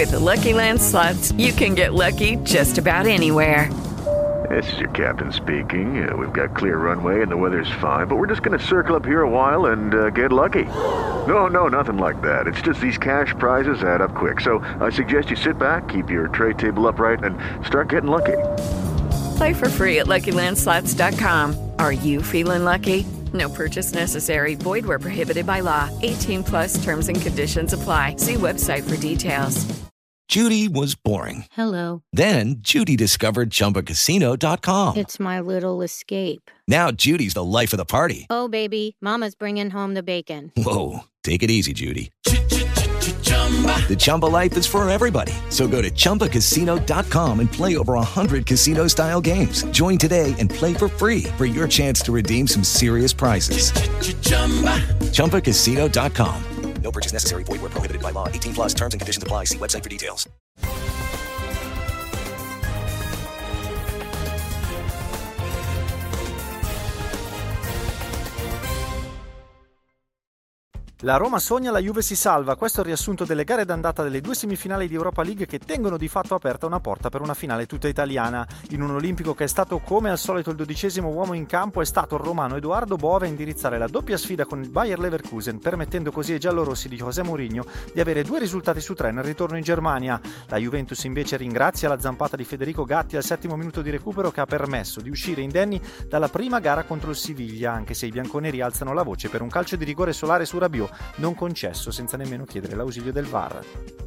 With the Lucky Land Slots, you can get lucky just about anywhere. This is your captain speaking. We've got clear runway and the weather's fine, but we're just going to circle up here a while and get lucky. No, nothing like that. It's just these cash prizes add up quick. So I suggest you sit back, keep your tray table upright, and start getting lucky. Play for free at LuckyLandSlots.com. Are you feeling lucky? No purchase necessary. Void where prohibited by law. 18 plus terms and conditions apply. See website for details. Judy was boring. Hello. Then Judy discovered ChumbaCasino.com. It's my little escape. Now Judy's the life of the party. Oh, baby, mama's bringing home the bacon. Whoa, take it easy, Judy. The Chumba life is for everybody. So go to ChumbaCasino.com and play over 100 casino-style games. Join today and play for free for your chance to redeem some serious prizes. ChumbaCasino.com. No purchase necessary. Void where prohibited by law. 18 plus terms and conditions apply. See website for details. La Roma sogna, la Juve si salva. Questo è il riassunto delle gare d'andata delle due semifinali di Europa League che tengono di fatto aperta una porta per una finale tutta italiana. In un olimpico che è stato come al solito il 12° uomo in campo, è stato il romano Edoardo Bove a indirizzare la doppia sfida con il Bayer Leverkusen, permettendo così ai giallorossi di José Mourinho di avere 2 risultati su 3 nel ritorno in Germania. La Juventus invece ringrazia la zampata di Federico Gatti al 7° minuto di recupero che ha permesso di uscire indenni dalla prima gara contro il Siviglia, anche se i bianconeri alzano la voce per un calcio di rigore solare su Rabiot non concesso senza nemmeno chiedere l'ausilio del VAR.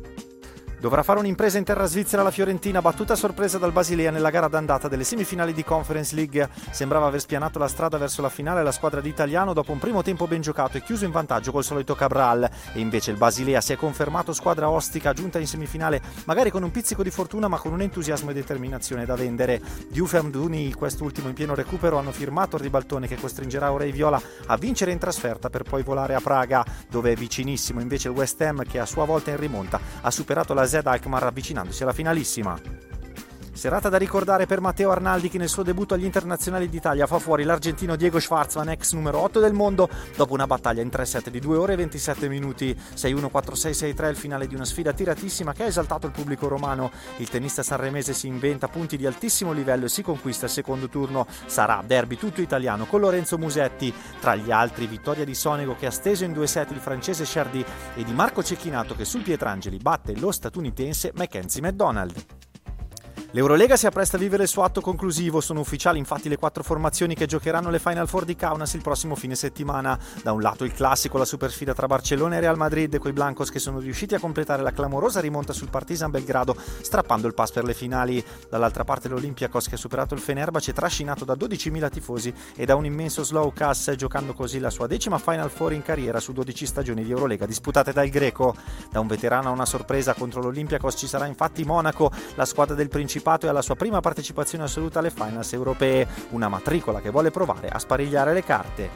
Dovrà fare un'impresa in terra svizzera la Fiorentina, battuta a sorpresa dal Basilea nella gara d'andata delle semifinali di Conference League. Sembrava aver spianato la strada verso la finale la squadra di Italiano dopo un primo tempo ben giocato e chiuso in vantaggio col solito Cabral. E invece il Basilea si è confermato squadra ostica, giunta in semifinale magari con un pizzico di fortuna ma con un entusiasmo e determinazione da vendere. Diouf e Amdouni, quest'ultimo in pieno recupero, hanno firmato il ribaltone che costringerà ora i viola a vincere in trasferta per poi volare a Praga, dove è vicinissimo invece il West Ham che a sua volta in rimonta ha superato la Z Alkmaar avvicinandosi alla finalissima. Serata da ricordare per Matteo Arnaldi che nel suo debutto agli internazionali d'Italia fa fuori l'argentino Diego Schwartzman, ex numero 8 del mondo, dopo una battaglia in 3 set di 2 ore e 27 minuti. 6-1, 4-6, 6-3 il finale di una sfida tiratissima che ha esaltato il pubblico romano. Il tennista sanremese si inventa punti di altissimo livello e si conquista il secondo turno. Sarà derby tutto italiano con Lorenzo Musetti. Tra gli altri vittoria di Sonego che ha steso in 2 set il francese Chardy e di Marco Cecchinato che sul Pietrangeli batte lo statunitense Mackenzie McDonald. L'Eurolega si appresta a vivere il suo atto conclusivo. Sono ufficiali infatti le 4 formazioni che giocheranno le Final Four di Kaunas il prossimo fine settimana. Da un lato il classico, la supersfida tra Barcellona e Real Madrid, coi Blancos che sono riusciti a completare la clamorosa rimonta sul Partizan Belgrado, strappando il pass per le finali. Dall'altra parte l'Olympiakos che ha superato il Fenerbahce, trascinato da 12.000 tifosi e da un immenso Slaukas, giocando così la sua 10ª Final Four in carriera su 12 stagioni di Eurolega disputate dal greco. Da un veterano a una sorpresa contro l'Olympiakos ci sarà infatti Monaco, la squadra del Principato e alla sua prima partecipazione assoluta alle finals europee, una matricola che vuole provare a sparigliare le carte.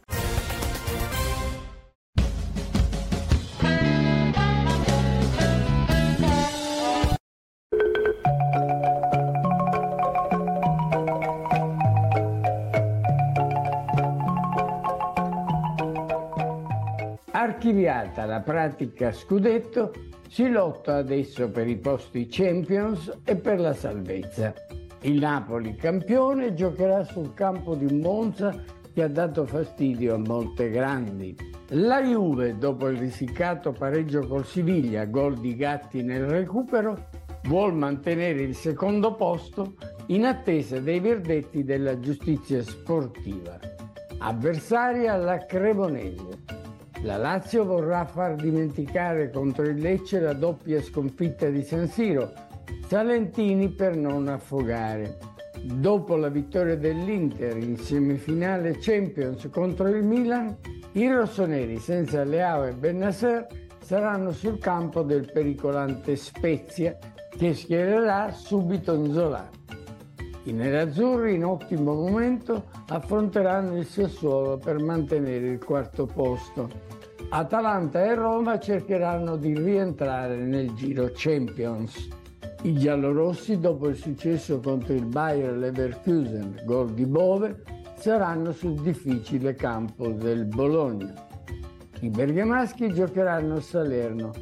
Archiviata la pratica scudetto, si lotta adesso per i posti Champions e per la salvezza. Il Napoli, campione, giocherà sul campo di un Monza che ha dato fastidio a molte grandi. La Juve, dopo il risicato pareggio col Siviglia, gol di Gatti nel recupero, vuol mantenere il secondo posto in attesa dei verdetti della giustizia sportiva. Avversaria la Cremonese. La Lazio vorrà far dimenticare contro il Lecce la doppia sconfitta di San Siro. Salentini per non affogare. Dopo la vittoria dell'Inter in semifinale Champions contro il Milan, i rossoneri senza Leao e Bennacer saranno sul campo del pericolante Spezia che schiererà subito Nzola. I nerazzurri in ottimo momento affronteranno il Sassuolo per mantenere il 4º posto. Atalanta e Roma cercheranno di rientrare nel giro Champions. I giallorossi, dopo il successo contro il Bayer Leverkusen, gol di Bove, saranno sul difficile campo del Bologna. I bergamaschi giocheranno a Salerno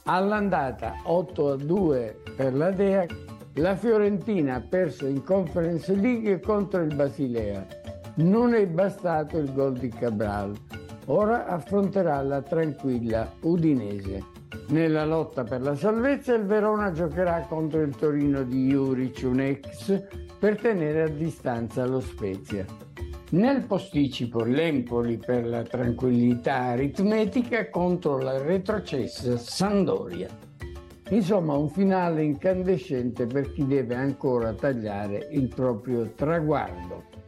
All'andata 8-2 per la Dea, la Fiorentina ha perso in Conference League contro il Basilea. Non è bastato il gol di Cabral. Ora affronterà la tranquilla Udinese. Nella lotta per la salvezza il Verona giocherà contro il Torino di Juric, un ex, per tenere a distanza lo Spezia. Nel posticipo l'Empoli per la tranquillità aritmetica contro la retrocessa Sampdoria. Insomma, un finale incandescente per chi deve ancora tagliare il proprio traguardo.